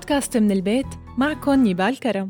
بودكاست من البيت معكم نيبال كرم.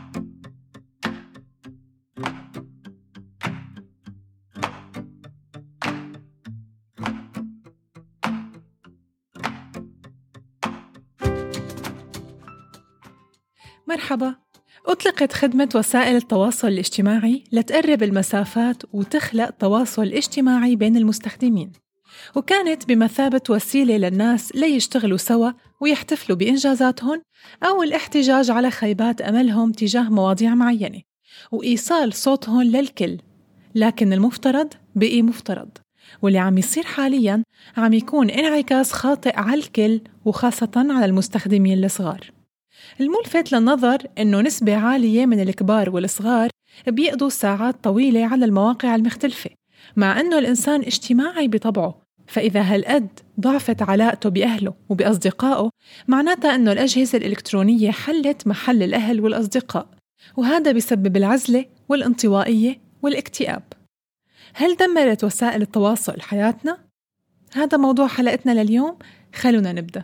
مرحبا. أطلقت خدمة وسائل التواصل الاجتماعي لتقرب المسافات وتخلق تواصل اجتماعي بين المستخدمين، وكانت بمثابة وسيلة للناس ليشتغلوا سوا ويحتفلوا بإنجازاتهم أو الاحتجاج على خيبات أملهم تجاه مواضيع معينة وإيصال صوتهم للكل. لكن المفترض بقي مفترض، واللي عم يصير حالياً عم يكون انعكاس خاطئ على الكل وخاصة على المستخدمين الصغار. الملفت للنظر إنه نسبة عالية من الكبار والصغار بيقضوا ساعات طويلة على المواقع المختلفة، مع إنه الإنسان اجتماعي بطبعه. فإذا هالقد ضعفت علاقته بأهله وبأصدقائه، معناتها إنه الأجهزة الإلكترونية حلت محل الأهل والأصدقاء، وهذا بيسبب العزلة والانطوائية والاكتئاب. هل دمرت وسائل التواصل حياتنا؟ هذا موضوع حلقتنا لليوم، خلونا نبدأ.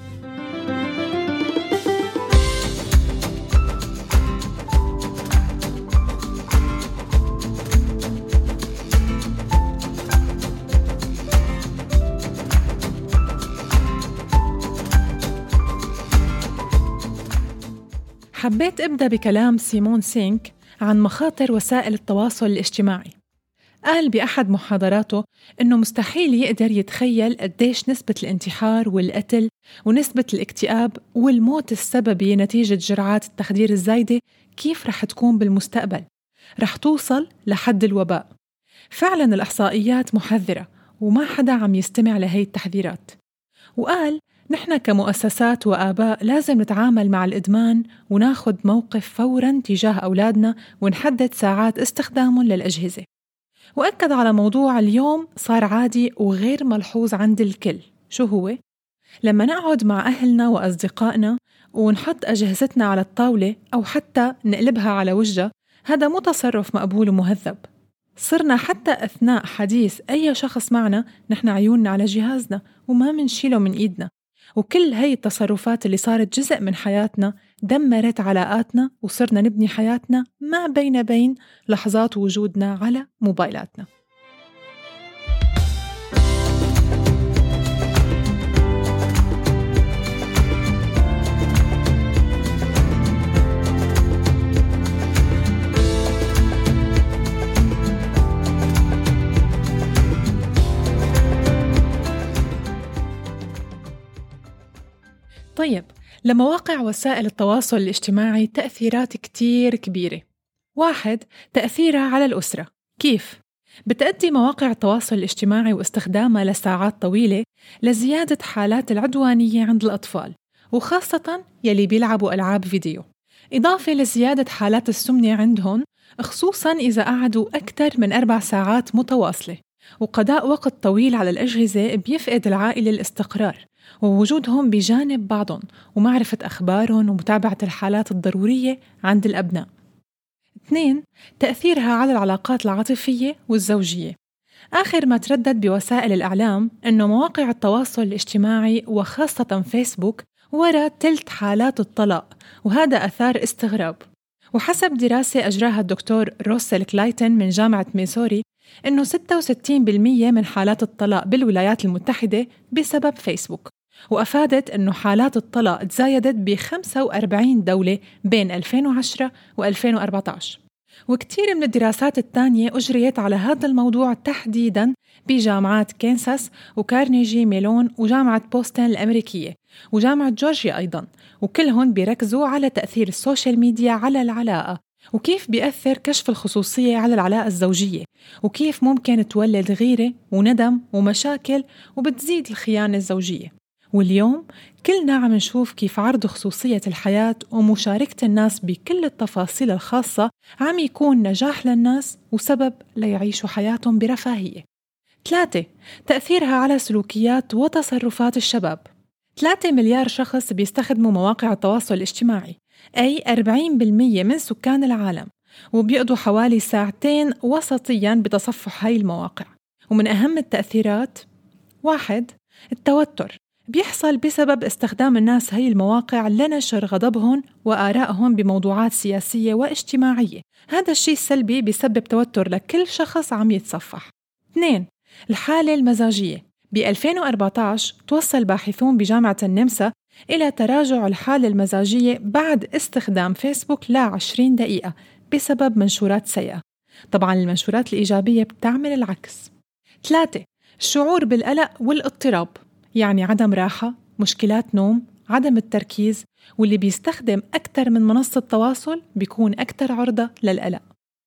حبيت أبدأ بكلام سيمون سينك عن مخاطر وسائل التواصل الاجتماعي. قال بأحد محاضراته إنه مستحيل يقدر يتخيل قديش نسبة الانتحار والقتل ونسبة الاكتئاب والموت السببي نتيجة جرعات التخدير الزايدة كيف رح تكون بالمستقبل، رح توصل لحد الوباء. فعلاً الإحصائيات محذرة وما حدا عم يستمع لهي التحذيرات. وقال نحن كمؤسسات وآباء لازم نتعامل مع الإدمان وناخد موقف فوراً تجاه أولادنا ونحدد ساعات استخدامهم للأجهزة. وأكد على موضوع اليوم صار عادي وغير ملحوظ عند الكل. شو هو؟ لما نقعد مع أهلنا وأصدقائنا ونحط أجهزتنا على الطاولة أو حتى نقلبها على وجهها، هذا مو تصرف مقبول ومهذب. صرنا حتى أثناء حديث أي شخص معنا نحن عيوننا على جهازنا وما منشيله من إيدنا. وكل هاي التصرفات اللي صارت جزء من حياتنا دمرت علاقاتنا، وصرنا نبني حياتنا ما بين لحظات وجودنا على موبايلاتنا. طيب، لمواقع وسائل التواصل الاجتماعي تأثيرات كتير كبيرة. 1. تأثيرها على الأسرة. كيف؟ بتأدي مواقع التواصل الاجتماعي واستخدامها لساعات طويلة لزيادة حالات العدوانية عند الأطفال، وخاصة يلي بيلعبوا ألعاب فيديو، إضافة لزيادة حالات السمنة عندهم، خصوصاً إذا قعدوا أكثر من 4 ساعات متواصلة. وقضاء وقت طويل على الأجهزة بيفقد العائلة الاستقرار ووجودهم بجانب بعضهم ومعرفة أخبارهم ومتابعة الحالات الضرورية عند الأبناء. 2. تأثيرها على العلاقات العاطفية والزوجية. آخر ما تردد بوسائل الإعلام أنه مواقع التواصل الاجتماعي وخاصة فيسبوك وراء ثلث حالات الطلاق، وهذا أثار استغراب. وحسب دراسة أجراها الدكتور روسل كلايتن من جامعة ميسوري، أنه 66% من حالات الطلاق بالولايات المتحدة بسبب فيسبوك، وأفادت أنه حالات الطلاق تزايدت ب45 دولة بين 2010 و2014. وكتير من الدراسات التانية أجريت على هذا الموضوع تحديداً بجامعات كنساس وكارنيجي ميلون وجامعة بوسطن الأمريكية وجامعة جورجيا أيضاً، وكلهم بيركزوا على تأثير السوشيال ميديا على العلاقة، وكيف بيأثر كشف الخصوصية على العلاقة الزوجية، وكيف ممكن تولد غيرة وندم ومشاكل وبتزيد الخيانة الزوجية. واليوم كلنا عم نشوف كيف عرض خصوصية الحياة ومشاركة الناس بكل التفاصيل الخاصة عم يكون نجاح للناس وسبب ليعيشوا حياتهم برفاهية. 3. تأثيرها على سلوكيات وتصرفات الشباب. 3 مليار شخص بيستخدموا مواقع التواصل الاجتماعي، أي 40% من سكان العالم، وبيقضوا حوالي 2 ساعات وسطياً بتصفح هاي المواقع. ومن أهم التأثيرات: 1. التوتر. بيحصل بسبب استخدام الناس هاي المواقع لنشر غضبهم وآرائهم بموضوعات سياسية واجتماعية. هذا الشيء السلبي بيسبب توتر لكل شخص عم يتصفح. 2. الحالة المزاجية. ب 2014 توصل باحثون بجامعة النمسا إلى تراجع الحالة المزاجية بعد استخدام فيسبوك ل20 دقيقة بسبب منشورات سيئة. طبعاً المنشورات الإيجابية بتعمل العكس. 3. الشعور بالقلق والاضطراب، يعني عدم راحة، مشكلات نوم، عدم التركيز، واللي بيستخدم أكثر من منصة تواصل بيكون أكثر عرضة للقلق.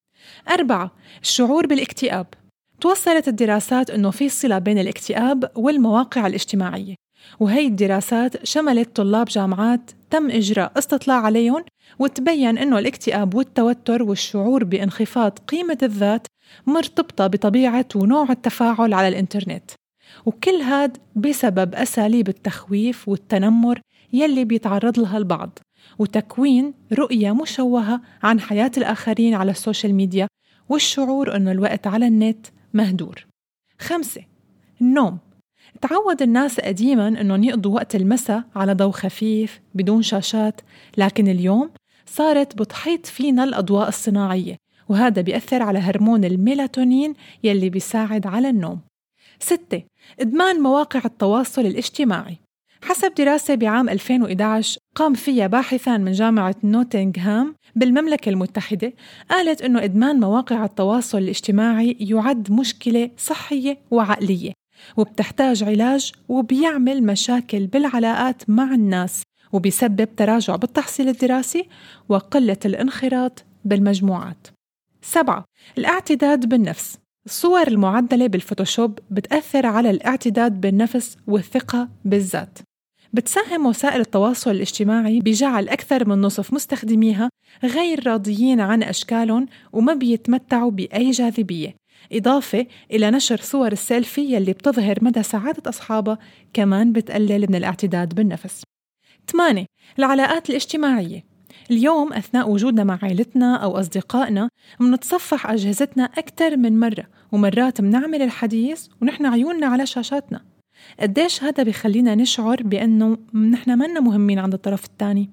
4. الشعور بالاكتئاب. توصلت الدراسات أنه في صلة بين الاكتئاب والمواقع الاجتماعية، وهي الدراسات شملت طلاب جامعات تم إجراء استطلاع عليهم، وتبين أنه الاكتئاب والتوتر والشعور بانخفاض قيمة الذات مرتبطة بطبيعة ونوع التفاعل على الإنترنت، وكل هاد بسبب أساليب التخويف والتنمر يلي بيتعرض لها البعض، وتكوين رؤية مشوهة عن حياة الآخرين على السوشيال ميديا، والشعور أنه الوقت على النت مهدور. 5. النوم. تعود الناس قديماً أنهم يقضوا وقت المساء على ضوء خفيف بدون شاشات، لكن اليوم صارت بتحيط فينا الأضواء الصناعية، وهذا بيأثر على هرمون الميلاتونين يلي بيساعد على النوم. 6. إدمان مواقع التواصل الاجتماعي. حسب دراسة بعام 2011 قام فيها باحثان من جامعة نوتنغهام بالمملكة المتحدة، قالت إنه إدمان مواقع التواصل الاجتماعي يعد مشكلة صحية وعقلية، وبتحتاج علاج، وبيعمل مشاكل بالعلاقات مع الناس، وبيسبب تراجع بالتحصيل الدراسي وقلة الانخراط بالمجموعات. 7. الاعتداد بالنفس. الصور المعدلة بالفوتوشوب بتأثر على الاعتداد بالنفس والثقة بالذات. بتساهم وسائل التواصل الاجتماعي بجعل أكثر من نصف مستخدميها غير راضيين عن أشكالهم وما بيتمتعوا بأي جاذبية، إضافة إلى نشر صور السيلفي يلي بتظهر مدى سعادة أصحابها، كمان بتقلل من الاعتداد بالنفس. 8. العلاقات الاجتماعية. اليوم أثناء وجودنا مع عائلتنا أو أصدقائنا منتصفح أجهزتنا أكثر من مرة، ومرات منعمل الحديث ونحن عيوننا على شاشاتنا. قديش هذا بيخلينا نشعر بأنه نحن منا مهمين عند الطرف الثاني.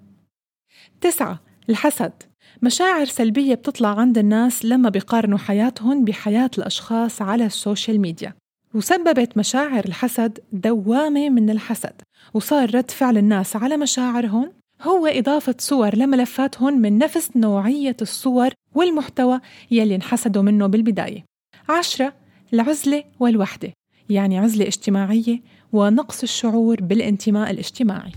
9. الحسد. مشاعر سلبية بتطلع عند الناس لما بيقارنوا حياتهم بحياة الأشخاص على السوشيال ميديا، وسببت مشاعر الحسد دوامة من الحسد، وصار رد فعل الناس على مشاعرهم هو إضافة صور لملفاتهم من نفس نوعية الصور والمحتوى يلي انحسدوا منه بالبداية. 10. العزلة والوحدة، يعني عزلة اجتماعية ونقص الشعور بالانتماء الاجتماعي.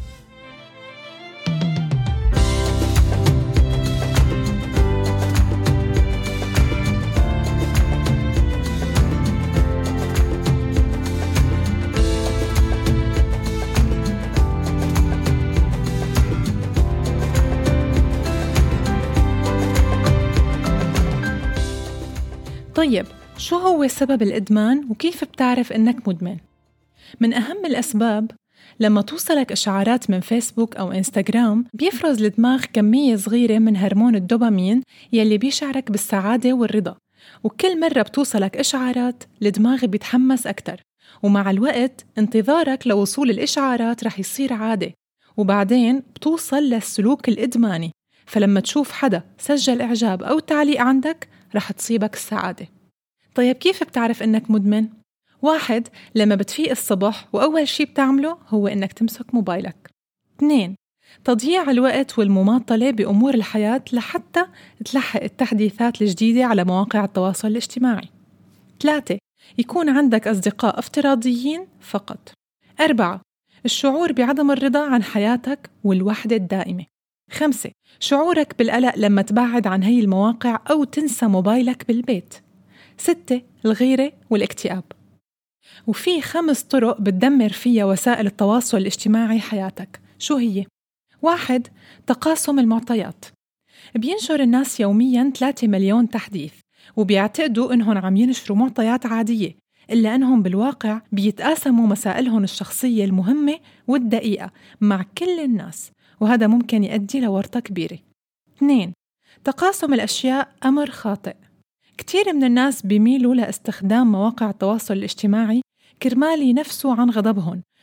طيب، شو هو سبب الإدمان وكيف بتعرف إنك مدمن؟ من أهم الأسباب لما توصلك إشعارات من فيسبوك أو إنستغرام بيفرز الدماغ كمية صغيرة من هرمون الدوبامين يلي بيشعرك بالسعادة والرضا، وكل مرة بتوصلك إشعارات الدماغ بيتحمس أكتر، ومع الوقت انتظارك لوصول الإشعارات رح يصير عادة، وبعدين بتوصل للسلوك الإدماني، فلما تشوف حدا سجل إعجاب أو تعليق عندك رح تصيبك السعادة. طيب كيف بتعرف إنك مدمن؟ 1. لما بتفيق الصبح وأول شي بتعمله هو إنك تمسك موبايلك. 2. تضييع الوقت والمماطلة بأمور الحياة لحتى تلحق التحديثات الجديدة على مواقع التواصل الاجتماعي. 3. يكون عندك أصدقاء افتراضيين فقط. 4. الشعور بعدم الرضا عن حياتك والوحدة الدائمة. 5. شعورك بالقلق لما تبعد عن هاي المواقع أو تنسى موبايلك بالبيت. 6. الغيرة والاكتئاب. وفي 5 طرق بتدمر فيها وسائل التواصل الاجتماعي حياتك. شو هي؟ 1. تقاسم المعطيات. بينشر الناس يومياً 3 مليون تحديث، وبيعتقدوا إنهم عم ينشروا معطيات عادية، إلا أنهم بالواقع بيتقاسموا مسائلهم الشخصية المهمة والدقيقة مع كل الناس، وهذا ممكن يؤدي لورطة كبيرة. 2. تقاسم الأشياء أمر خاطئ. كتير من الناس بيميلوا لاستخدام مواقع التواصل الاجتماعي كرمال ينفسوا عن غضبهم،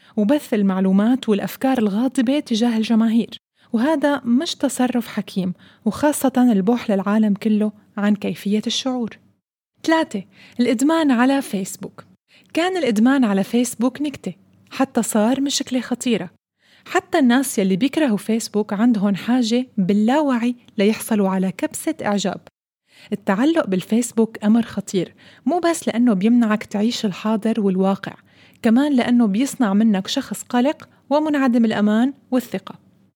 وبث المعلومات والأفكار الغاضبة تجاه الجماهير، وهذا مش تصرف حكيم، وخاصة البوح للعالم كله عن كيفية الشعور. 3. الإدمان على فيسبوك. كان الإدمان على فيسبوك نكتة، حتى صار مشكلة خطيرة. حتى الناس يلي بيكرهوا فيسبوك عندهم حاجة باللاوعي ليحصلوا على كبسة إعجاب. التعلق بالفيسبوك أمر خطير، مو بس لأنه بيمنعك تعيش الحاضر والواقع، كمان لأنه بيصنع منك شخص قلق ومنعدم الأمان والثقة.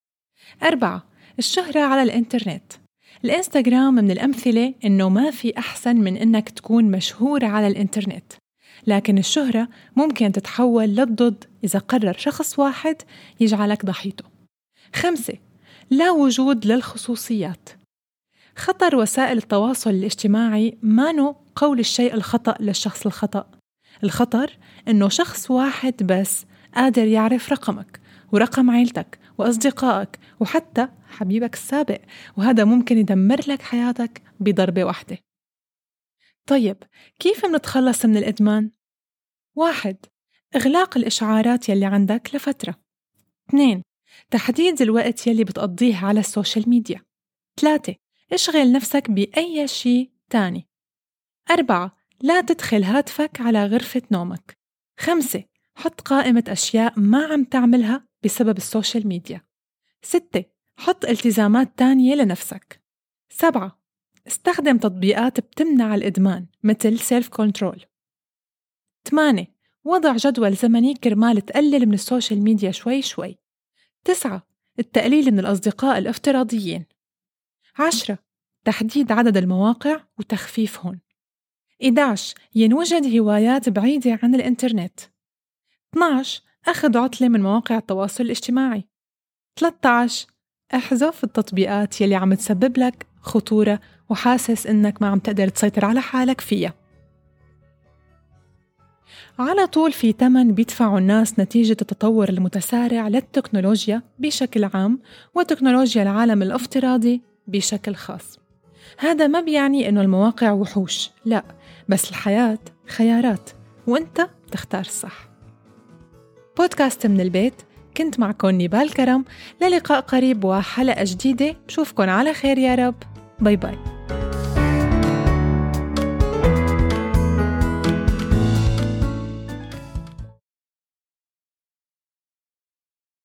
4. الشهرة على الإنترنت. الإنستغرام من الأمثلة إنه ما في أحسن من إنك تكون مشهور على الإنترنت، لكن الشهرة ممكن تتحول للضد إذا قرر شخص واحد يجعلك ضحيته. 5. لا وجود للخصوصيات. خطر وسائل التواصل الاجتماعي مانو قول الشيء الخطأ للشخص الخطأ. الخطر إنه شخص واحد بس قادر يعرف رقمك ورقم عيلتك وأصدقائك وحتى حبيبك السابق، وهذا ممكن يدمر لك حياتك بضربة واحدة. طيب، كيف منتخلص من الإدمان؟ 1. إغلاق الإشعارات يلي عندك لفترة. 2. تحديد الوقت يلي بتقضيه على السوشيال ميديا. 3. اشغل نفسك بأي شيء تاني. 4. لا تدخل هاتفك على غرفة نومك. 5. حط قائمة أشياء ما عم تعملها بسبب السوشيال ميديا. 6. حط التزامات تانية لنفسك. 7. استخدم تطبيقات بتمنع الإدمان مثل سيلف كنترول. 8. وضع جدول زمني كرمال تقلل من السوشيال ميديا شوي شوي. 9. التقليل من الأصدقاء الافتراضيين. 10. تحديد عدد المواقع وتخفيفهن. 11. ينوجد هوايات بعيدة عن الإنترنت. 12. أخذ عطلة من مواقع التواصل الاجتماعي. 13. احذف التطبيقات يلي عم تسبب لك خطورة وحاسس إنك ما عم تقدر تسيطر على حالك فيها. على طول في ثمن بيدفعوا الناس نتيجة التطور المتسارع للتكنولوجيا بشكل عام وتكنولوجيا العالم الافتراضي بشكل خاص. هذا ما بيعني إنه المواقع وحوش، لا، بس الحياة خيارات وإنت تختار الصح. بودكاست من البيت، كنت معكم نيبال كرم، للقاء قريب وحلقة جديدة. بشوفكن على خير يا رب. باي باي.